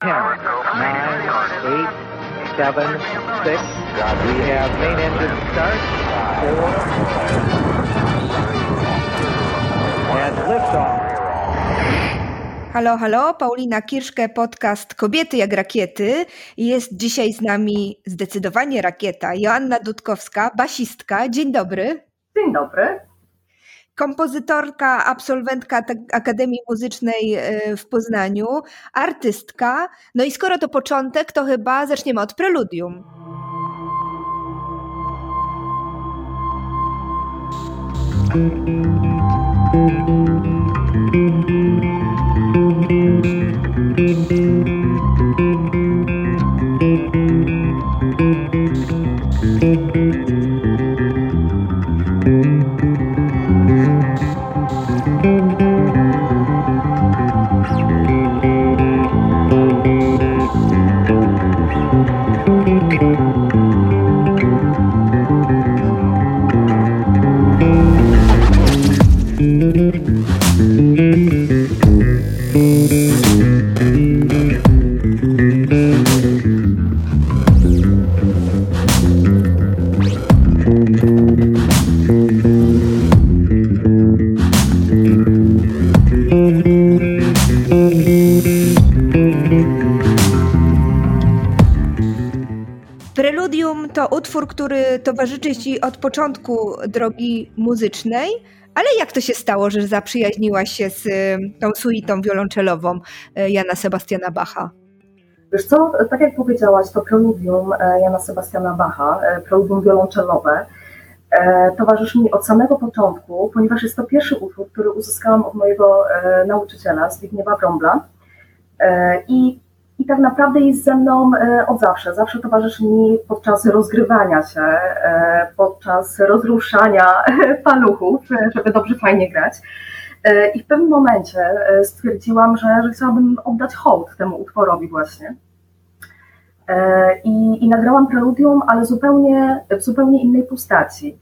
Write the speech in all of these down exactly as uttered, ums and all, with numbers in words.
ten, nine, eight, seven, six. We have main engine start. four. And liftoff. Halo, halo, Paulina Kirszke, podcast Kobiety jak rakiety. Jest dzisiaj z nami zdecydowanie rakieta, Joanna Dudkowska, basistka. Dzień dobry. Dzień dobry. Kompozytorka, absolwentka Akademii Muzycznej w Poznaniu, artystka. No i skoro to początek, to chyba zaczniemy od preludium. Preludium to utwór, który towarzyszy Ci od początku drogi muzycznej, ale jak to się stało, że zaprzyjaźniłaś się z tą suitą wiolonczelową Jana Sebastiana Bacha? Wiesz co, tak jak powiedziałaś, to preludium Jana Sebastiana Bacha, preludium wiolonczelowe, towarzyszy mi od samego początku, ponieważ jest to pierwszy utwór, który uzyskałam od mojego nauczyciela, Zbigniewa Wrąbla. I I tak naprawdę jest ze mną od zawsze. Zawsze towarzyszy mi podczas rozgrywania się, podczas rozruszania paluchów, żeby dobrze, fajnie grać. I w pewnym momencie stwierdziłam, że, że chciałabym oddać hołd temu utworowi właśnie. I, i nagrałam preludium, ale zupełnie, w zupełnie innej postaci.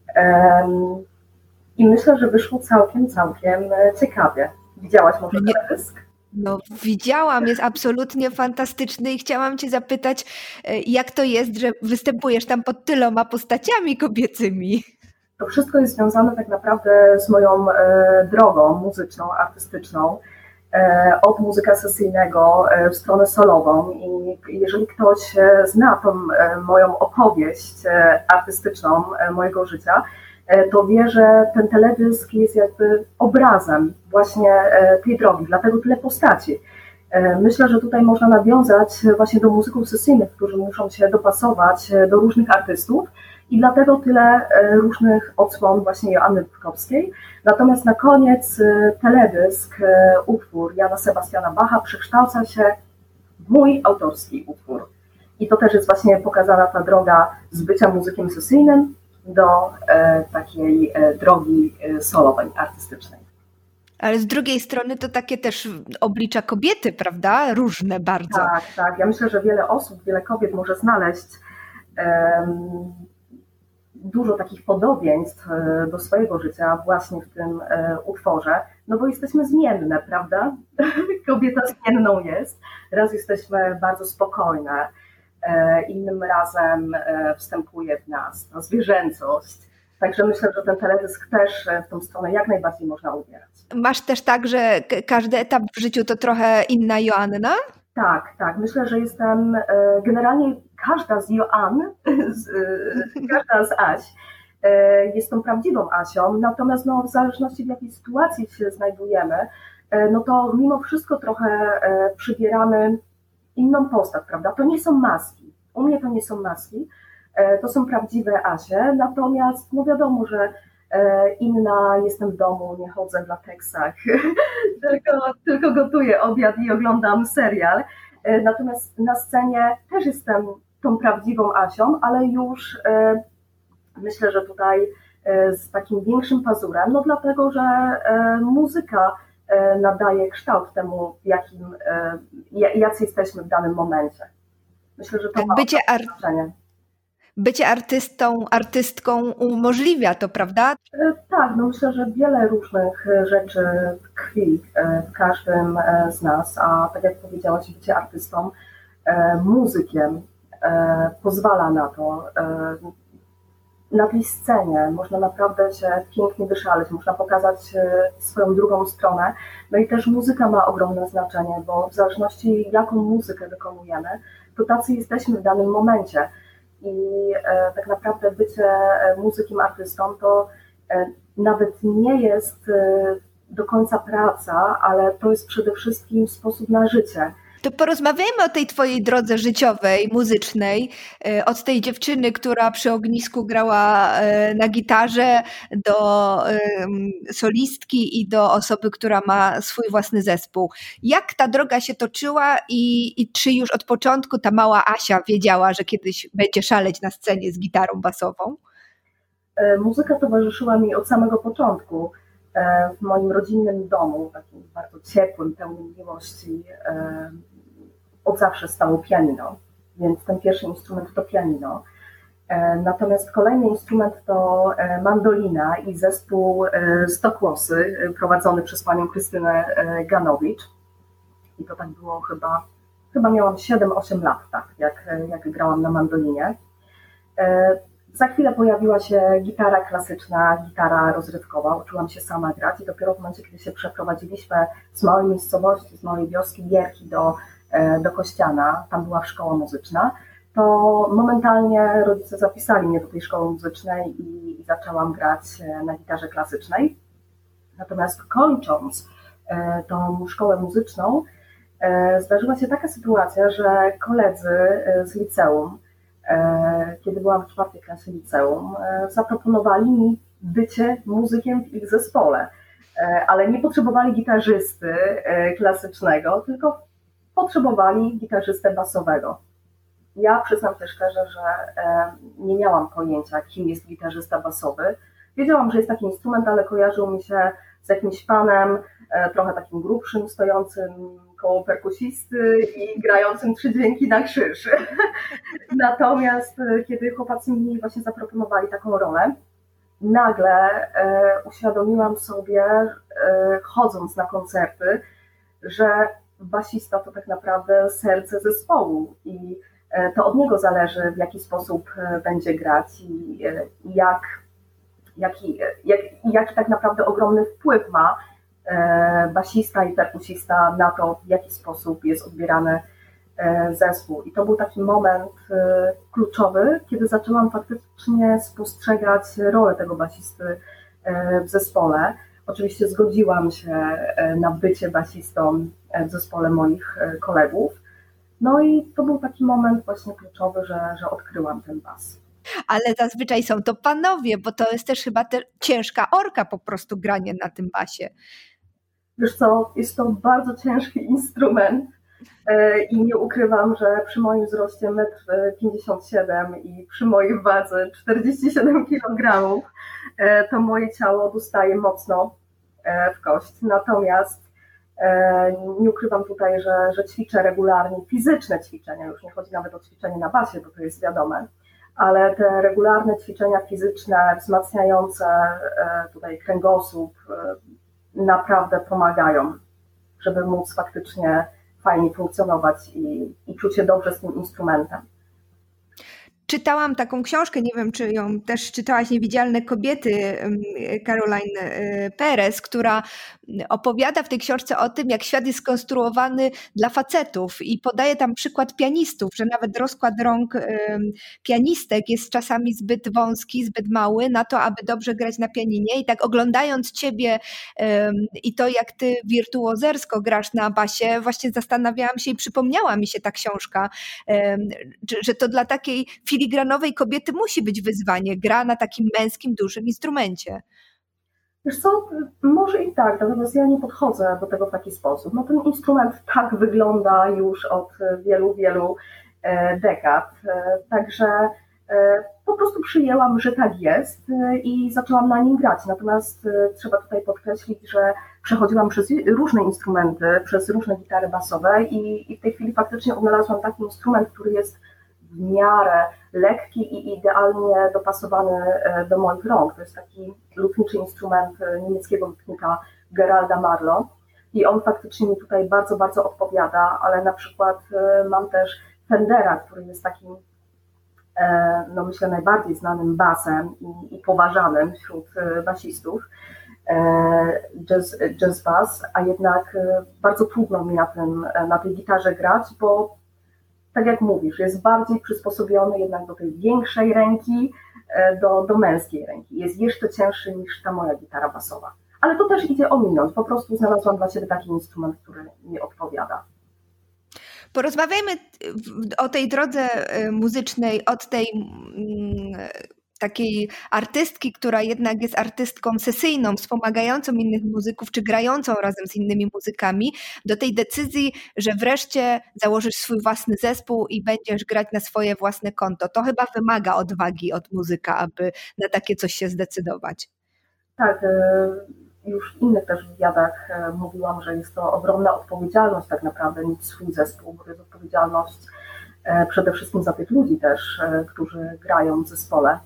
I myślę, że wyszło całkiem, całkiem ciekawie. Widziałaś może ten dysk? No, widziałam, jest absolutnie fantastyczny i chciałam Cię zapytać, jak to jest, że występujesz tam pod tyloma postaciami kobiecymi? To wszystko jest związane tak naprawdę z moją e, drogą muzyczną, artystyczną, e, od muzyka sesyjnego e, w stronę solową i jeżeli ktoś e, zna tą e, moją opowieść e, artystyczną e, mojego życia, to wie, że ten teledysk jest jakby obrazem właśnie tej drogi, dlatego tyle postaci. Myślę, że tutaj można nawiązać właśnie do muzyków sesyjnych, którzy muszą się dopasować do różnych artystów i dlatego tyle różnych odsłon właśnie Joanny Dudkowskiej. Natomiast na koniec teledysk, utwór Jana Sebastiana Bacha przekształca się w mój autorski utwór. I to też jest właśnie pokazana ta droga z bycia muzykiem sesyjnym do e, takiej e, drogi e, solowej, artystycznej. Ale z drugiej strony to takie też oblicza kobiety, prawda? Różne bardzo. Tak, tak. Ja myślę, że wiele osób, wiele kobiet może znaleźć um, dużo takich podobieństw do swojego życia właśnie w tym e, utworze, no bo jesteśmy zmienne, prawda? Kobieta zmienną jest. Raz jesteśmy bardzo spokojne, innym razem wstępuje w nas ta zwierzęcość. Także myślę, że ten teledysk też w tą stronę jak najbardziej można ubierać. Masz też tak, że każdy etap w życiu to trochę inna Joanna? Tak, tak. Myślę, że jestem generalnie każda z Joann, każda z Aś jest tą prawdziwą Asią, natomiast no, w zależności w jakiej sytuacji się znajdujemy, no to mimo wszystko trochę przybieramy inną postać, prawda? To nie są maski. U mnie to nie są maski, to są prawdziwe Asie, natomiast no wiadomo, że inna jestem w domu, nie chodzę w lateksach, tylko, tylko gotuję obiad i oglądam serial. Natomiast na scenie też jestem tą prawdziwą Asią, ale już myślę, że tutaj z takim większym pazurem, no dlatego, że muzyka nadaje kształt temu, jakim, jacy jesteśmy w danym momencie. Myślę, że to tak, ma bycie, ar- znaczenie. bycie artystą, artystką umożliwia to, prawda? Tak, no myślę, że wiele różnych rzeczy tkwi w każdym z nas, a tak jak powiedziałaś, bycie artystą, muzykiem pozwala na to. Na tej scenie można naprawdę się pięknie wyszaleć, można pokazać swoją drugą stronę. No i też muzyka ma ogromne znaczenie, bo w zależności jaką muzykę wykonujemy, to tacy jesteśmy w danym momencie. I e, tak naprawdę bycie muzykiem, artystą to e, nawet nie jest e, do końca praca, ale to jest przede wszystkim sposób na życie. To porozmawiajmy o tej twojej drodze życiowej, muzycznej, od tej dziewczyny, która przy ognisku grała na gitarze, do solistki i do osoby, która ma swój własny zespół. Jak ta droga się toczyła i, i czy już od początku ta mała Asia wiedziała, że kiedyś będzie szaleć na scenie z gitarą basową? Muzyka towarzyszyła mi od samego początku. W moim rodzinnym domu, takim bardzo ciepłym, pełnym miłości, od zawsze stało pianino, więc ten pierwszy instrument to pianino. Natomiast kolejny instrument to mandolina i zespół Stokłosy prowadzony przez panią Krystynę Ganowicz. I to tak było chyba, chyba miałam siedem osiem lat, tak, jak, jak grałam na mandolinie. Za chwilę pojawiła się gitara klasyczna, gitara rozrywkowa, uczyłam się sama grać i dopiero w momencie, kiedy się przeprowadziliśmy z małej miejscowości, z małej wioski Gierki do, do Kościana, tam była szkoła muzyczna, to momentalnie rodzice zapisali mnie do tej szkoły muzycznej i, i zaczęłam grać na gitarze klasycznej. Natomiast kończąc tą szkołę muzyczną, zdarzyła się taka sytuacja, że koledzy z liceum, kiedy byłam w czwartej klasie liceum, zaproponowali mi bycie muzykiem w ich zespole, ale nie potrzebowali gitarzysty klasycznego, tylko potrzebowali gitarzystę basowego. Ja przyznam się szczerze, że nie miałam pojęcia, kim jest gitarzysta basowy. Wiedziałam, że jest taki instrument, ale kojarzył mi się z jakimś panem, trochę takim grubszym, stojącym koło perkusisty i grającym trzy dźwięki na krzyż. Natomiast kiedy chłopacy mi właśnie zaproponowali taką rolę, nagle e, uświadomiłam sobie, e, chodząc na koncerty, że basista to tak naprawdę serce zespołu i e, to od niego zależy, w jaki sposób będzie grać i e, jak, jaki, jak, jaki tak naprawdę ogromny wpływ ma basista i perkusista na to, w jaki sposób jest odbierany zespół. I to był taki moment kluczowy, kiedy zaczęłam faktycznie spostrzegać rolę tego basisty w zespole. Oczywiście zgodziłam się na bycie basistą w zespole moich kolegów. No i to był taki moment właśnie kluczowy, że, że odkryłam ten bas. Ale zazwyczaj są to panowie, bo to jest też chyba te ciężka orka po prostu granie na tym basie. Wiesz co, jest to bardzo ciężki instrument i nie ukrywam, że przy moim wzroście metr pięćdziesiąt siedem i przy mojej wadze czterdzieści siedem kilogramów to moje ciało dostaje mocno w kość. Natomiast nie ukrywam tutaj, że, że ćwiczę regularnie, fizyczne ćwiczenia, już nie chodzi nawet o ćwiczenie na basie, bo to jest wiadome, ale te regularne ćwiczenia fizyczne, wzmacniające tutaj kręgosłup naprawdę pomagają, żeby móc faktycznie fajnie funkcjonować i, i czuć się dobrze z tym instrumentem. Czytałam taką książkę, nie wiem, czy ją też czytałaś, Niewidzialne kobiety, Caroline Perez, która opowiada w tej książce o tym, jak świat jest skonstruowany dla facetów i podaje tam przykład pianistów, że nawet rozkład rąk pianistek jest czasami zbyt wąski, zbyt mały na to, aby dobrze grać na pianinie. I tak oglądając ciebie i to, jak ty wirtuozersko grasz na basie, właśnie zastanawiałam się i przypomniała mi się ta książka, że to dla takiej filigranowej kobiety musi być wyzwanie, gra na takim męskim, dużym instrumencie. Wiesz co, może i tak, natomiast ja nie podchodzę do tego w taki sposób. No ten instrument tak wygląda już od wielu, wielu dekad, także po prostu przyjęłam, że tak jest i zaczęłam na nim grać. Natomiast trzeba tutaj podkreślić, że przechodziłam przez różne instrumenty, przez różne gitary basowe i, i w tej chwili faktycznie odnalazłam taki instrument, który jest w miarę lekki i idealnie dopasowany do moich rąk. To jest taki lutniczy instrument niemieckiego lutnika Geralda Marlo i on faktycznie mi tutaj bardzo, bardzo odpowiada, ale na przykład mam też Fendera, który jest takim, no myślę, najbardziej znanym basem i, i poważanym wśród basistów, jazz, jazz bass, a jednak bardzo trudno mi na, tym, na tej gitarze grać, bo tak jak mówisz, jest bardziej przysposobiony jednak do tej większej ręki, do, do męskiej ręki. Jest jeszcze cięższy niż ta moja gitara basowa. Ale to też idzie ominąć. Po prostu znalazłam dla siebie taki instrument, który mi odpowiada. Porozmawiajmy o tej drodze muzycznej od tej takiej artystki, która jednak jest artystką sesyjną, wspomagającą innych muzyków, czy grającą razem z innymi muzykami, do tej decyzji, że wreszcie założysz swój własny zespół i będziesz grać na swoje własne konto. To chyba wymaga odwagi od muzyka, aby na takie coś się zdecydować. Tak, już w innych też wywiadach mówiłam, że jest to ogromna odpowiedzialność tak naprawdę mieć swój zespół, bo to jest odpowiedzialność przede wszystkim za tych ludzi też, którzy grają w zespole.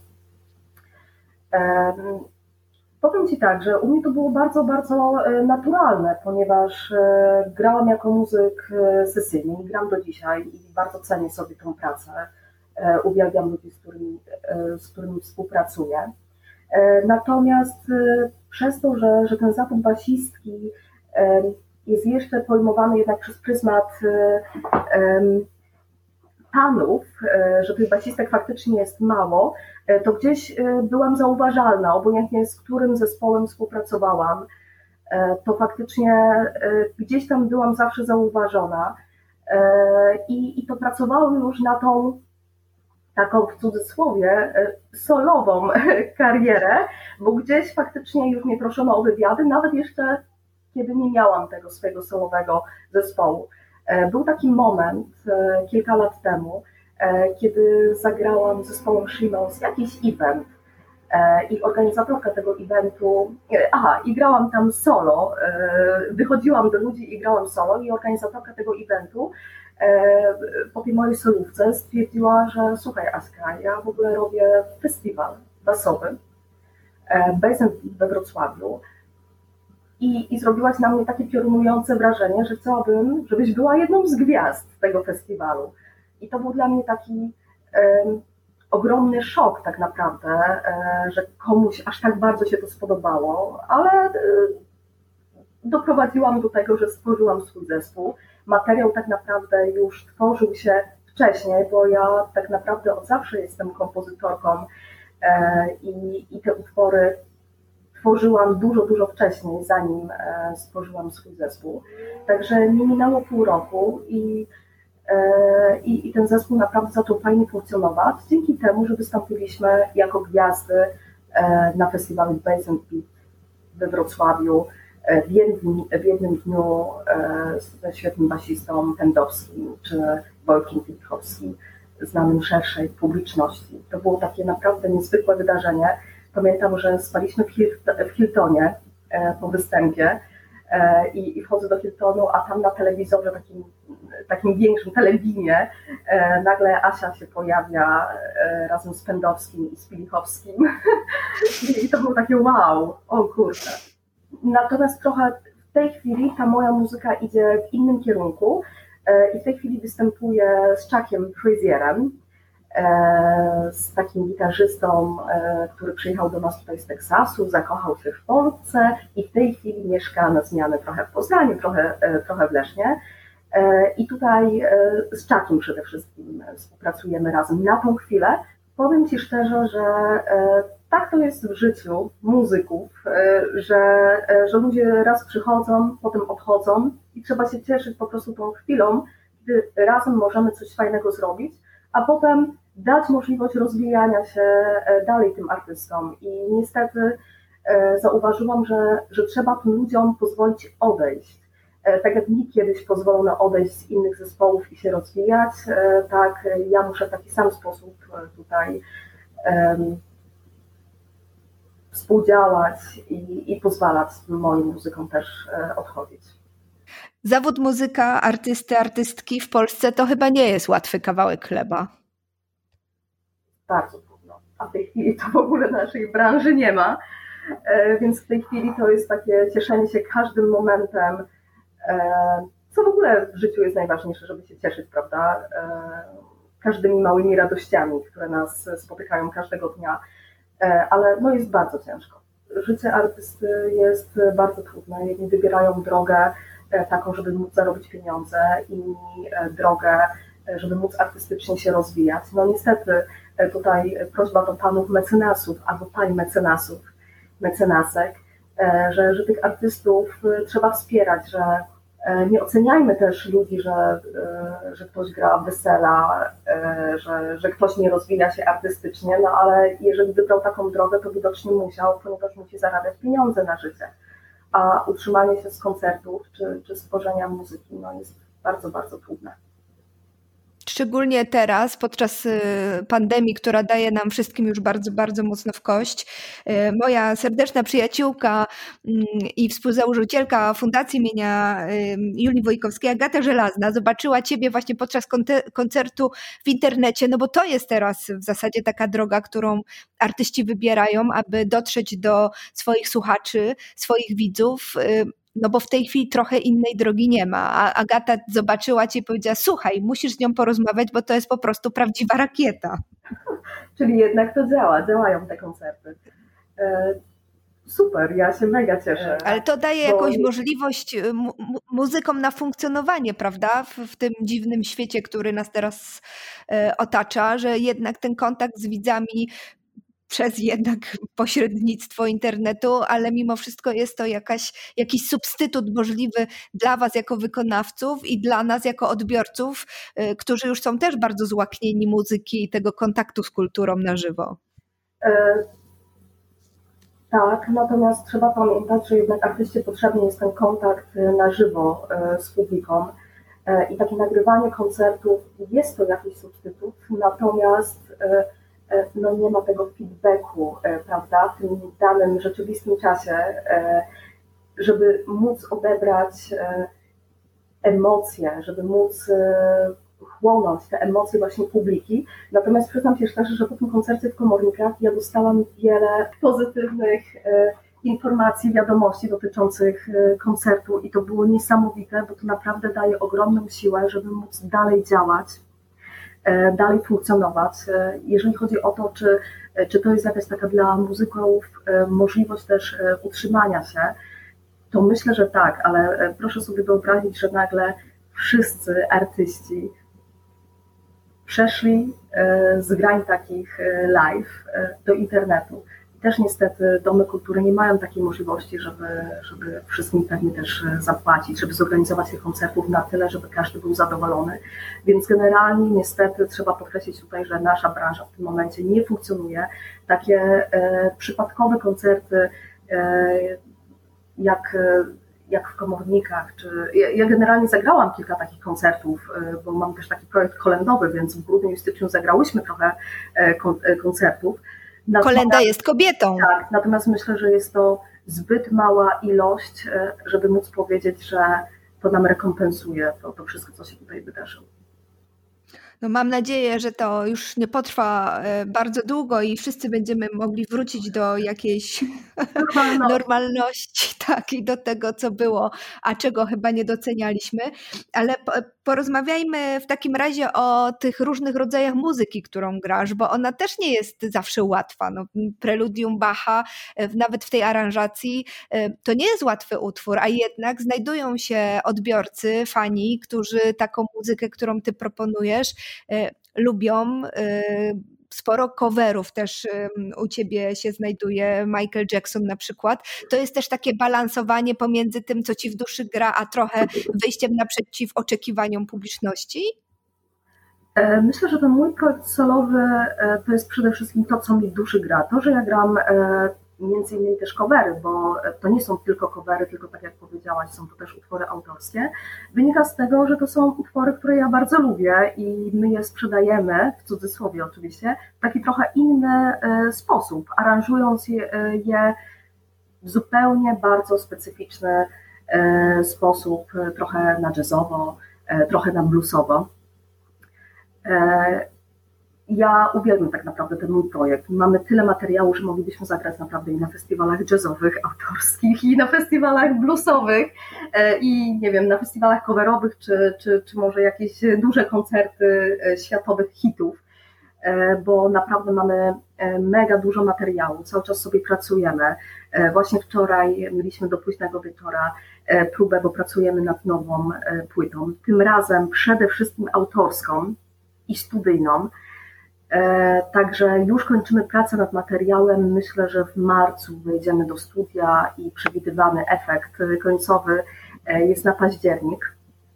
Powiem Ci tak, że u mnie to było bardzo, bardzo naturalne, ponieważ grałam jako muzyk sesyjny i gram do dzisiaj i bardzo cenię sobie tą pracę. Uwielbiam ludzi, z którymi, z którymi współpracuję. Natomiast przez to, że, że ten zawód basistki jest jeszcze pojmowany jednak przez pryzmat panów, że tych basistek faktycznie jest mało, to gdzieś byłam zauważalna, obojętnie z którym zespołem współpracowałam, to faktycznie gdzieś tam byłam zawsze zauważona i, i to pracowało już na tą taką w cudzysłowie solową karierę, bo gdzieś faktycznie już mnie proszono o wywiady, nawet jeszcze kiedy nie miałam tego swojego solowego zespołu. Był taki moment kilka lat temu, kiedy zagrałam z zespołem Shimos jakiś event i organizatorka tego eventu, aha, i grałam tam solo, wychodziłam do ludzi i grałam solo i organizatorka tego eventu po tej mojej solówce stwierdziła, że słuchaj Aska, ja w ogóle robię festiwal basowy Bass and Beat we Wrocławiu i, i zrobiłaś na mnie takie piorunujące wrażenie, że chciałabym, żebyś była jedną z gwiazd tego festiwalu. I to był dla mnie taki um, ogromny szok tak naprawdę, um, że komuś aż tak bardzo się to spodobało, ale um, doprowadziłam do tego, że stworzyłam swój zespół. Materiał tak naprawdę już tworzył się wcześniej, bo ja tak naprawdę od zawsze jestem kompozytorką e, i, i te utwory tworzyłam dużo, dużo wcześniej, zanim e, stworzyłam swój zespół. Także nie minęło pół roku i, e, i, i ten zespół naprawdę zaczął fajnie funkcjonować, dzięki temu, że wystąpiliśmy jako gwiazdy e, na festiwalu Bass and Beat we Wrocławiu, W jednym, w jednym dniu ze świetnym basistą Pendowskim czy Wojtkiem Filipkowskim, znanym szerszej publiczności. To było takie naprawdę niezwykłe wydarzenie. Pamiętam, że spaliśmy w, Hil- w Hiltonie po występie i, i wchodzę do Hiltonu, a tam na telewizorze, takim, takim większym telewinie, nagle Asia się pojawia razem z Pendowskim i z Filichowskim. I to było takie wow, o kurczę. Natomiast trochę w tej chwili ta moja muzyka idzie w innym kierunku i w tej chwili występuję z Chuckiem Frazierem, z takim gitarzystą, który przyjechał do nas tutaj z Teksasu, zakochał się w Polsce i w tej chwili mieszka na zmianę trochę w Poznaniu, trochę, trochę w Lesznie. I tutaj z Chuckiem przede wszystkim współpracujemy razem na tą chwilę. Powiem Ci szczerze, że tak to jest w życiu muzyków, że, że ludzie raz przychodzą, potem odchodzą i trzeba się cieszyć po prostu tą chwilą, gdy razem możemy coś fajnego zrobić, a potem dać możliwość rozwijania się dalej tym artystom. I niestety zauważyłam, że, że trzeba tym ludziom pozwolić odejść. Tak jak mi kiedyś pozwolono odejść z innych zespołów i się rozwijać, tak ja muszę w taki sam sposób tutaj um, współdziałać i, i pozwalać moim muzykom też odchodzić. Zawód muzyka, artysty, artystki w Polsce to chyba nie jest łatwy kawałek chleba. bardzo trudno, a w tej chwili to w ogóle naszej branży nie ma, więc w tej chwili to jest takie cieszenie się każdym momentem, co w ogóle w życiu jest najważniejsze, żeby się cieszyć, prawda, każdymi małymi radościami, które nas spotykają każdego dnia, ale no jest bardzo ciężko. Życie artysty jest bardzo trudne, jedni wybierają drogę taką, żeby móc zarobić pieniądze, inni drogę, żeby móc artystycznie się rozwijać. No niestety tutaj prośba do panów mecenasów albo pań mecenasów, mecenasek, że, że tych artystów trzeba wspierać, że nie oceniajmy też ludzi, że, że ktoś gra wesela, że, że ktoś nie rozwija się artystycznie, no ale jeżeli wybrał taką drogę, to widocznie musiał, ponieważ musi zarabiać pieniądze na życie. A utrzymanie się z koncertów czy, czy stworzenia muzyki no jest bardzo, bardzo trudne. Szczególnie teraz, podczas pandemii, która daje nam wszystkim już bardzo, bardzo mocno w kość. Moja serdeczna przyjaciółka i współzałożycielka Fundacji imienia Julii Wojkowskiej, Agata Żelazna, zobaczyła Ciebie właśnie podczas koncertu w internecie, no bo to jest teraz w zasadzie taka droga, którą artyści wybierają, aby dotrzeć do swoich słuchaczy, swoich widzów. No bo w tej chwili trochę innej drogi nie ma, a Agata zobaczyła Cię i powiedziała, słuchaj, musisz z nią porozmawiać, bo to jest po prostu prawdziwa rakieta. Czyli jednak to działa, działają te koncerty. Super, ja się mega cieszę. Ale to daje bo... jakąś możliwość mu- muzykom na funkcjonowanie, prawda? W, w tym dziwnym świecie, który nas teraz e, otacza, że jednak ten kontakt z widzami przez jednak pośrednictwo internetu, ale mimo wszystko jest to jakaś, jakiś substytut możliwy dla Was jako wykonawców i dla nas jako odbiorców, y, którzy już są też bardzo złaknieni muzyki i tego kontaktu z kulturą na żywo. E, tak, natomiast trzeba pamiętać, że jednak artyście potrzebny jest ten kontakt na żywo e, z publiką e, i takie nagrywanie koncertów jest to jakiś substytut, natomiast e, no nie ma tego feedbacku, prawda, w tym danym rzeczywistym czasie, żeby móc odebrać emocje, żeby móc chłonąć te emocje właśnie publiki. Natomiast przyznam się szczerze, że po tym koncercie w Komornikach ja dostałam wiele pozytywnych informacji, wiadomości dotyczących koncertu i to było niesamowite, bo to naprawdę daje ogromną siłę, żeby móc dalej działać, dalej funkcjonować. Jeżeli chodzi o to, czy, czy to jest jakaś taka dla muzyków możliwość też utrzymania się, to myślę, że tak, ale proszę sobie wyobrazić, że nagle wszyscy artyści przeszli z grań takich live do internetu. Też niestety domy kultury nie mają takiej możliwości, żeby, żeby wszystkim pewnie też zapłacić, żeby zorganizować tych koncertów na tyle, żeby każdy był zadowolony. Więc generalnie niestety trzeba podkreślić tutaj, że nasza branża w tym momencie nie funkcjonuje. Takie e, przypadkowe koncerty e, jak, jak w Komornikach, czy ja, ja generalnie zagrałam kilka takich koncertów, e, bo mam też taki projekt kolędowy, więc w grudniu i styczniu zagrałyśmy trochę e, kon, e, koncertów. Natomiast, kolenda jest kobietą. Tak, natomiast myślę, że jest to zbyt mała ilość, żeby móc powiedzieć, że to nam rekompensuje to, to wszystko, co się tutaj wydarzyło. No mam nadzieję, że to już nie potrwa bardzo długo i wszyscy będziemy mogli wrócić do jakiejś no. normalności, tak, i do tego, co było, a czego chyba nie docenialiśmy. Ale porozmawiajmy w takim razie o tych różnych rodzajach muzyki, którą grasz, bo ona też nie jest zawsze łatwa. No, preludium Bacha, nawet w tej aranżacji, to nie jest łatwy utwór, a jednak znajdują się odbiorcy, fani, którzy taką muzykę, którą ty proponujesz, lubią. Sporo coverów też u ciebie się znajduje, Michael Jackson na przykład. To jest też takie balansowanie pomiędzy tym, co ci w duszy gra, a trochę wyjściem naprzeciw oczekiwaniom publiczności? Myślę, że ten mój projekt solowy to jest przede wszystkim to, co mi w duszy gra. To, że ja gram między innymi też covery, bo to nie są tylko covery, tylko tak jak powiedziałaś, są to też utwory autorskie, wynika z tego, że to są utwory, które ja bardzo lubię i my je sprzedajemy, w cudzysłowie oczywiście, w taki trochę inny sposób, aranżując je, je w zupełnie bardzo specyficzny sposób, trochę na jazzowo, trochę na bluesowo. Ja uwielbiam tak naprawdę ten mój projekt. Mamy tyle materiału, że moglibyśmy zagrać naprawdę i na festiwalach jazzowych, autorskich, i na festiwalach bluesowych, i nie wiem, na festiwalach coverowych, czy, czy, czy może jakieś duże koncerty światowych hitów, bo naprawdę mamy mega dużo materiału, cały czas sobie pracujemy. Właśnie wczoraj mieliśmy do późnego wieczora próbę, bo pracujemy nad nową płytą, tym razem przede wszystkim autorską i studyjną. Także już kończymy pracę nad materiałem. Myślę, że w marcu wejdziemy do studia i przewidywany efekt końcowy jest na październik.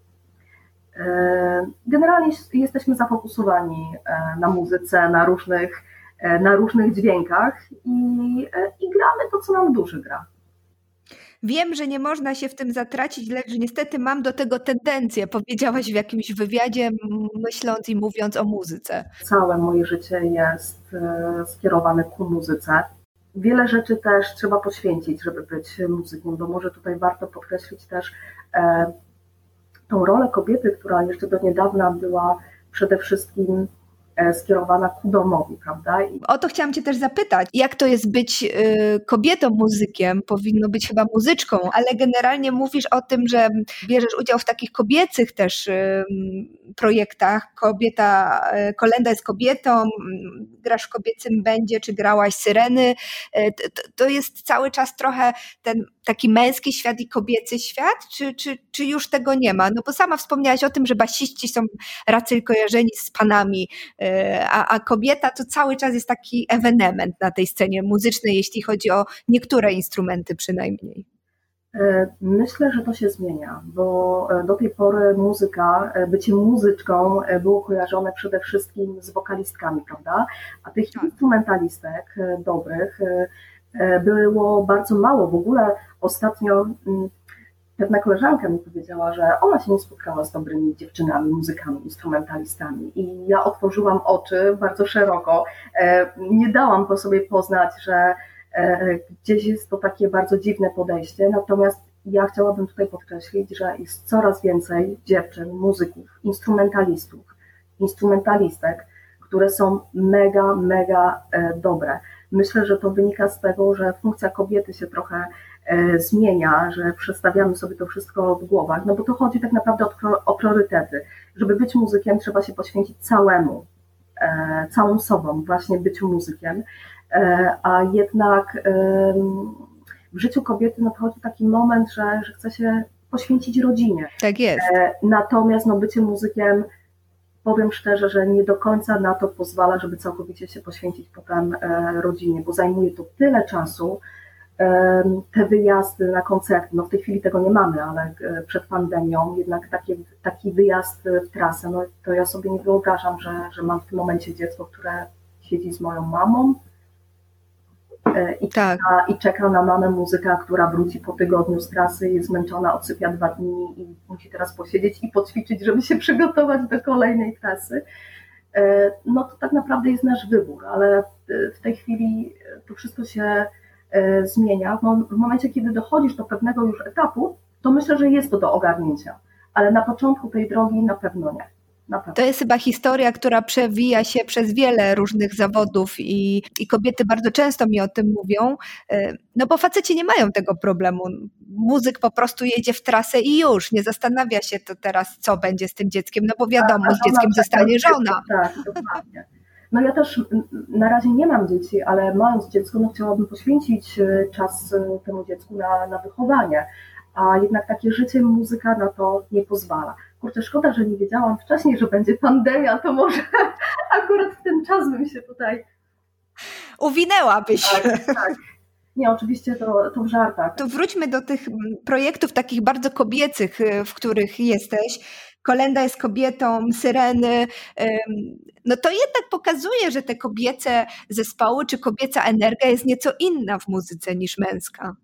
Generalnie jesteśmy zafokusowani na muzyce, na różnych, na różnych dźwiękach i, i gramy to, co nam duszy gra. Wiem, że nie można się w tym zatracić, lecz niestety mam do tego tendencję. Powiedziałaś w jakimś wywiadzie, myśląc i mówiąc o muzyce. Całe moje życie jest skierowane ku muzyce. Wiele rzeczy też trzeba poświęcić, żeby być muzykiem, bo może tutaj warto podkreślić też e, tą rolę kobiety, która jeszcze do niedawna była przede wszystkim skierowana ku domowi, prawda? I... O to chciałam Cię też zapytać, jak to jest być y, kobietą muzykiem, powinno być chyba muzyczką, ale generalnie mówisz o tym, że bierzesz udział w takich kobiecych też y, projektach, kobieta, y, kolenda jest kobietą, y, grasz w kobiecym będzie, czy grałaś Syreny, y, to, to jest cały czas trochę ten taki męski świat i kobiecy świat, czy, czy, czy już tego nie ma? No bo sama wspomniałaś o tym, że basiści są raczej kojarzeni z panami, A, a kobieta to cały czas jest taki ewenement na tej scenie muzycznej, jeśli chodzi o niektóre instrumenty przynajmniej. Myślę, że to się zmienia, bo do tej pory muzyka, bycie muzyczką było kojarzone przede wszystkim z wokalistkami, prawda? A tych tak. instrumentalistek dobrych było bardzo mało. W ogóle ostatnio pewna koleżanka mi powiedziała, że ona się nie spotkała z dobrymi dziewczynami, muzykami, instrumentalistami, i ja otworzyłam oczy bardzo szeroko. Nie dałam po sobie poznać, że gdzieś jest to takie bardzo dziwne podejście, natomiast ja chciałabym tutaj podkreślić, że jest coraz więcej dziewczyn, muzyków, instrumentalistów, instrumentalistek, które są mega, mega dobre. Myślę, że to wynika z tego, że funkcja kobiety się trochę zmienia, że przestawiamy sobie to wszystko w głowach, no bo to chodzi tak naprawdę o, o priorytety. Żeby być muzykiem, trzeba się poświęcić całemu, e, całą sobą właśnie byciu muzykiem, e, a jednak e, w życiu kobiety nadchodzi taki moment, że, że chce się poświęcić rodzinie. Tak jest. E, natomiast no, bycie muzykiem, powiem szczerze, że nie do końca na to pozwala, żeby całkowicie się poświęcić potem e, rodzinie, bo zajmuje to tyle czasu. Te wyjazdy na koncerty, no w tej chwili tego nie mamy, ale przed pandemią jednak taki, taki wyjazd w trasę, no to ja sobie nie wyobrażam, że, że mam w tym momencie dziecko, które siedzi z moją mamą i, tak. czeka, i czeka na mamę muzyka, która wróci po tygodniu z trasy, jest zmęczona, odsypia dwa dni i musi teraz posiedzieć i poćwiczyć, żeby się przygotować do kolejnej trasy. No to tak naprawdę jest nasz wybór, ale w tej chwili to wszystko się zmienia. W momencie, kiedy dochodzisz do pewnego już etapu, to myślę, że jest to do ogarnięcia, ale na początku tej drogi na pewno nie. Na pewno. To jest chyba historia, która przewija się przez wiele różnych zawodów i, i kobiety bardzo często mi o tym mówią, no bo faceci nie mają tego problemu. Muzyk po prostu jedzie w trasę i już, nie zastanawia się to teraz, co będzie z tym dzieckiem, no bo wiadomo, tak, z dzieckiem zostanie żona. Tak, dokładnie. No ja też na razie nie mam dzieci, ale mając dziecko, no chciałabym poświęcić czas temu dziecku na, na wychowanie, a jednak takie życie muzyka na to nie pozwala. Kurczę, szkoda, że nie wiedziałam wcześniej, że będzie pandemia, to może akurat w ten czas bym się tutaj... Uwinęłabyś. Tak, tak. Nie, oczywiście to, to w żartach. To wróćmy do tych projektów takich bardzo kobiecych, w których jesteś. Kolenda jest kobietą, Syreny, no to jednak pokazuje, że te kobiece zespoły czy kobieca energia jest nieco inna w muzyce niż męska.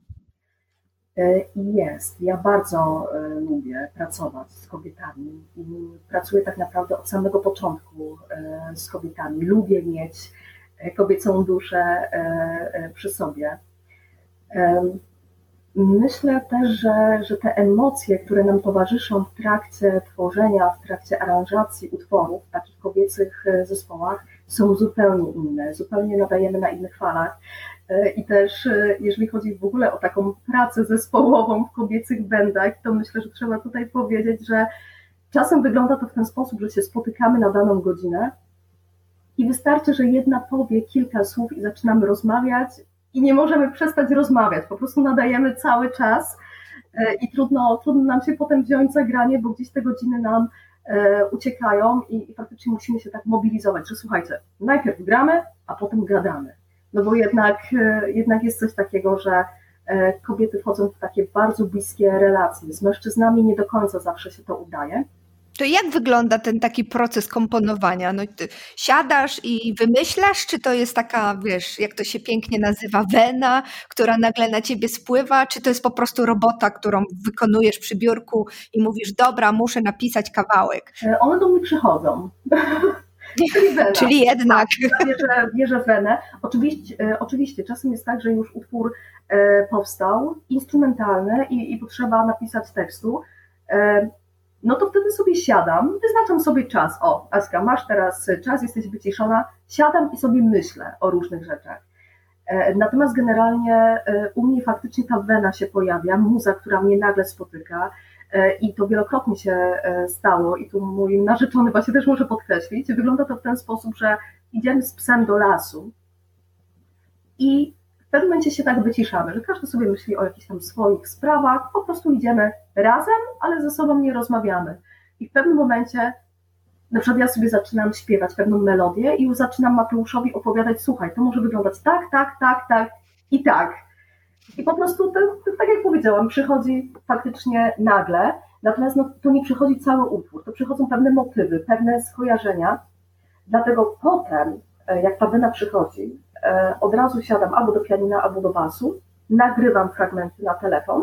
Jest. Ja bardzo lubię pracować z kobietami i pracuję tak naprawdę od samego początku z kobietami. Lubię mieć kobiecą duszę przy sobie. Myślę też, że, że te emocje, które nam towarzyszą w trakcie tworzenia, w trakcie aranżacji utworów w takich kobiecych zespołach, są zupełnie inne, zupełnie nadajemy na innych falach. I też jeżeli chodzi w ogóle o taką pracę zespołową w kobiecych bandach, to myślę, że trzeba tutaj powiedzieć, że czasem wygląda to w ten sposób, że się spotykamy na daną godzinę i wystarczy, że jedna powie kilka słów i zaczynamy rozmawiać i nie możemy przestać rozmawiać, po prostu nadajemy cały czas i trudno, trudno nam się potem wziąć za granie, bo gdzieś te godziny nam uciekają i, i faktycznie musimy się tak mobilizować, że słuchajcie, najpierw gramy, a potem gadamy. No bo jednak, jednak jest coś takiego, że kobiety wchodzą w takie bardzo bliskie relacje. Z mężczyznami nie do końca zawsze się to udaje. To jak wygląda ten taki proces komponowania? No, ty siadasz i wymyślasz, czy to jest taka, wiesz, jak to się pięknie nazywa, wena, która nagle na ciebie spływa, czy to jest po prostu robota, którą wykonujesz przy biurku i mówisz, dobra, muszę napisać kawałek? One do mnie przychodzą. Czyli, wena. Czyli jednak. Tak, bierze, bierze wenę. Oczywiście, oczywiście czasem jest tak, że już utwór powstał, instrumentalny i, i potrzeba napisać tekstu. No to wtedy sobie siadam, wyznaczam sobie czas. O, Aska, masz teraz czas, jesteś wyciszona. Siadam i sobie myślę o różnych rzeczach. Natomiast generalnie u mnie faktycznie ta wena się pojawia, muza, która mnie nagle spotyka. I to wielokrotnie się stało i tu mój narzeczony właśnie też może podkreślić. Wygląda to w ten sposób, że idziemy z psem do lasu i w pewnym momencie się tak wyciszamy, że każdy sobie myśli o jakichś tam swoich sprawach, po prostu idziemy razem, ale ze sobą nie rozmawiamy. I w pewnym momencie na przykład ja sobie zaczynam śpiewać pewną melodię i już zaczynam Mateuszowi opowiadać, słuchaj, to może wyglądać tak, tak, tak, tak i tak. I po prostu, to, to, tak jak powiedziałam, przychodzi faktycznie nagle, natomiast no, to nie przychodzi cały utwór, to przychodzą pewne motywy, pewne skojarzenia, dlatego potem, jak ta wena przychodzi, od razu siadam albo do pianina, albo do basu, nagrywam fragmenty na telefon,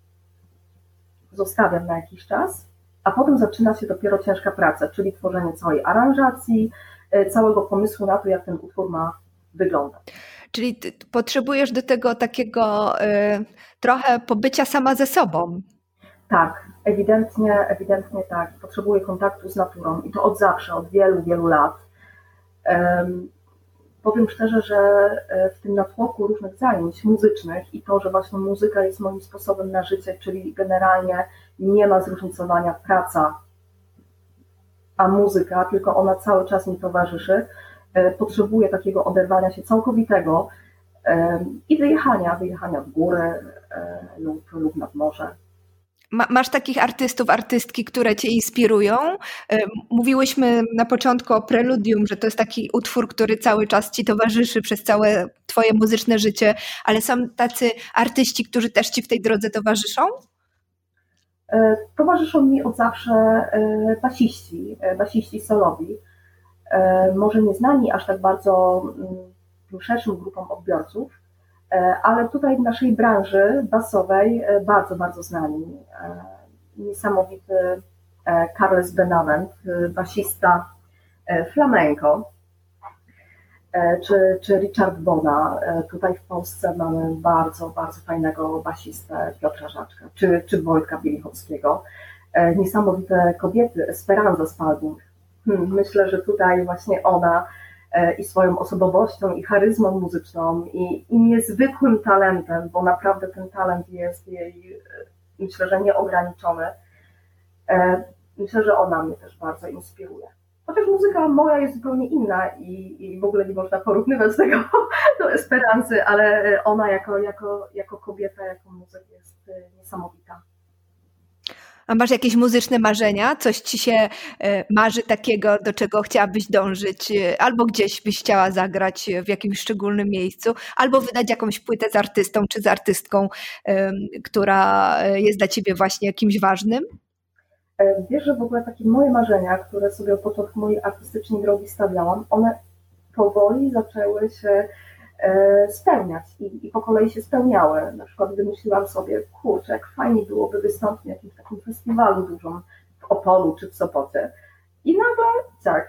zostawiam na jakiś czas, a potem zaczyna się dopiero ciężka praca, czyli tworzenie całej aranżacji, całego pomysłu na to, jak ten utwór ma wyglądać. Czyli ty potrzebujesz do tego takiego y, trochę pobycia sama ze sobą. Tak, ewidentnie, ewidentnie tak. Potrzebuję kontaktu z naturą i to od zawsze, od wielu, wielu lat. Um, powiem szczerze, że w tym natłoku różnych zajęć muzycznych i to, że właśnie muzyka jest moim sposobem na życie, czyli generalnie nie ma zróżnicowania praca a muzyka, tylko ona cały czas mi towarzyszy. Potrzebuję takiego oderwania się całkowitego i wyjechania, wyjechania w górę lub, lub nad morze. Masz takich artystów, artystki, które cię inspirują? Mówiłyśmy na początku o Preludium, że to jest taki utwór, który cały czas ci towarzyszy przez całe twoje muzyczne życie, ale są tacy artyści, którzy też ci w tej drodze towarzyszą? Towarzyszą mi od zawsze basiści, basiści solowi. Może nie znani aż tak bardzo tym szerszym grupom odbiorców, ale tutaj w naszej branży basowej bardzo, bardzo znani. Niesamowity Carles Benavent, basista flamenco, czy, czy Richard Bona. Tutaj w Polsce mamy bardzo, bardzo fajnego basistę Piotra Żaczka, czy, czy Wojtka Bielichowskiego. Niesamowite kobiety, Esperanza Spalding. Hmm, myślę, że tutaj właśnie ona i swoją osobowością, i charyzmą muzyczną, i, i niezwykłym talentem, bo naprawdę ten talent jest jej, myślę, że nieograniczony. Myślę, że ona mnie też bardzo inspiruje. Chociaż muzyka moja jest zupełnie inna i, i w ogóle nie można porównywać tego do Esperancy, ale ona jako, jako, jako kobieta, jako muzyk jest niesamowita. A masz jakieś muzyczne marzenia? Coś ci się marzy takiego, do czego chciałabyś dążyć? Albo gdzieś byś chciała zagrać w jakimś szczególnym miejscu, albo wydać jakąś płytę z artystą czy z artystką, która jest dla ciebie właśnie jakimś ważnym? Wiesz, że w ogóle takie moje marzenia, które sobie od początku mojej artystycznej drogi stawiałam, one powoli zaczęły się spełniać i, i po kolei się spełniały. Na przykład wymyśliłam sobie, kurczę, jak fajnie byłoby wystąpić na jakimś takim festiwalu dużym w Opolu czy w Sopocie. I nagle tak,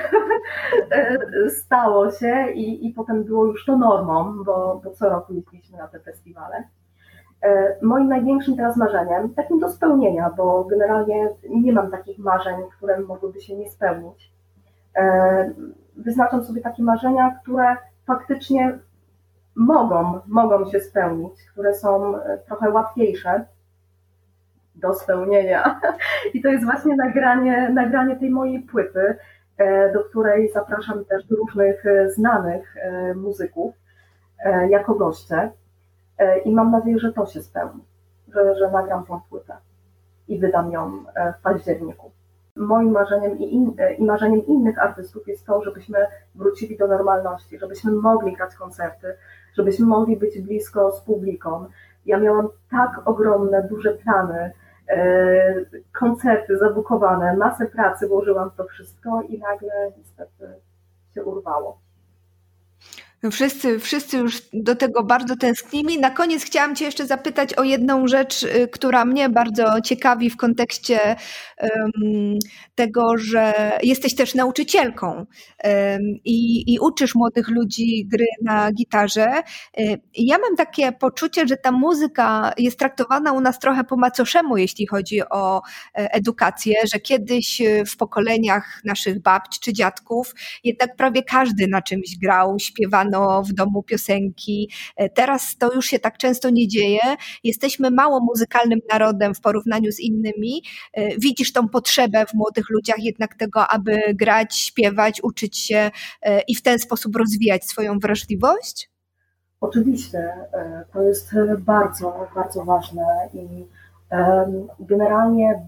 stało się i, i potem było już to normą, bo, bo co roku jeździliśmy na te festiwale. Moim największym teraz marzeniem, takim do spełnienia, bo generalnie nie mam takich marzeń, które mogłyby się nie spełnić. wyznaczam sobie takie marzenia, które faktycznie mogą, mogą się spełnić, które są trochę łatwiejsze do spełnienia. I to jest właśnie nagranie, nagranie tej mojej płyty, do której zapraszam też różnych znanych muzyków jako goście. I mam nadzieję, że to się spełni, że, że nagram tą płytę i wydam ją w październiku. Moim marzeniem i, in, i marzeniem innych artystów jest to, żebyśmy wrócili do normalności, żebyśmy mogli grać koncerty, żebyśmy mogli być blisko z publiką. Ja miałam tak ogromne, duże plany, e, koncerty zabukowane, masę pracy włożyłam w to wszystko i nagle niestety się urwało. No wszyscy, wszyscy już do tego bardzo tęsknimy. Na koniec chciałam Cię jeszcze zapytać o jedną rzecz, która mnie bardzo ciekawi w kontekście um, tego, że jesteś też nauczycielką um, i, i uczysz młodych ludzi gry na gitarze. I ja mam takie poczucie, że ta muzyka jest traktowana u nas trochę po macoszemu, jeśli chodzi o edukację, że kiedyś w pokoleniach naszych babć czy dziadków jednak prawie każdy na czymś grał, śpiewano w domu piosenki. Teraz to już się tak często nie dzieje. Jesteśmy mało muzykalnym narodem w porównaniu z innymi. Widzisz tą potrzebę w młodych ludziach jednak tego, aby grać, śpiewać, uczyć się i w ten sposób rozwijać swoją wrażliwość? Oczywiście. To jest bardzo, bardzo ważne i generalnie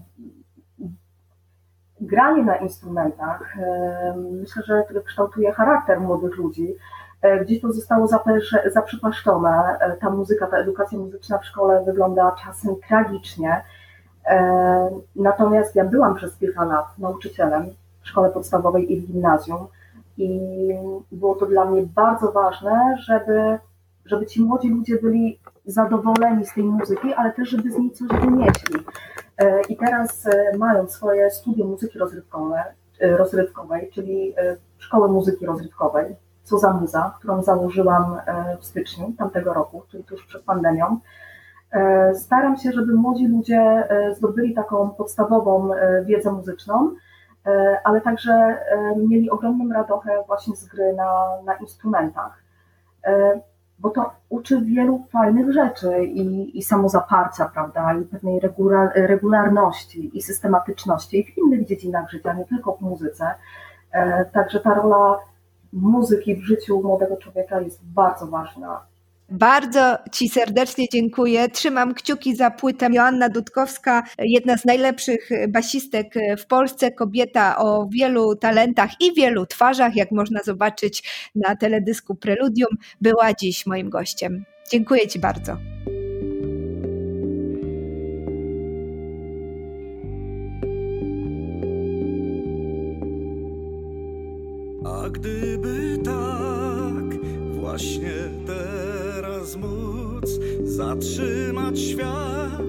granie na instrumentach myślę, że kształtuje charakter młodych ludzi. Gdzieś to zostało zaprzepaszczone. Ta muzyka, ta edukacja muzyczna w szkole wygląda czasem tragicznie. Natomiast ja byłam przez kilka lat nauczycielem w szkole podstawowej i w gimnazjum i było to dla mnie bardzo ważne, żeby, żeby ci młodzi ludzie byli zadowoleni z tej muzyki, ale też żeby z niej coś wynieśli. I teraz mając swoje studium muzyki rozrywkowej, rozrywkowej, czyli szkołę muzyki rozrywkowej, Co za muza, którą założyłam w styczniu tamtego roku, czyli tuż przed pandemią. Staram się, żeby młodzi ludzie zdobyli taką podstawową wiedzę muzyczną, ale także mieli ogromną radochę właśnie z gry na, na instrumentach, bo to uczy wielu fajnych rzeczy i, i samozaparcia, prawda, i pewnej regular, regularności i systematyczności w innych dziedzinach życia, nie tylko w muzyce. Także ta rola muzyki w życiu młodego człowieka jest bardzo ważna. Bardzo Ci serdecznie dziękuję. Trzymam kciuki za płytę. Joanna Dudkowska, jedna z najlepszych basistek w Polsce, kobieta o wielu talentach i wielu twarzach, jak można zobaczyć na teledysku Preludium, była dziś moim gościem. Dziękuję Ci bardzo. A gdyby tak właśnie teraz móc zatrzymać świat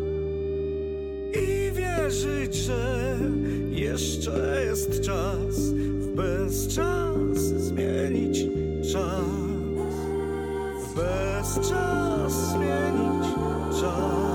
i wierzyć, że jeszcze jest czas w bezczas zmienić czas, w bezczas zmienić czas.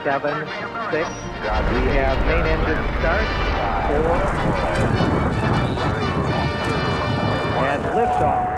seven, six. We have main engine start. Four. And liftoff.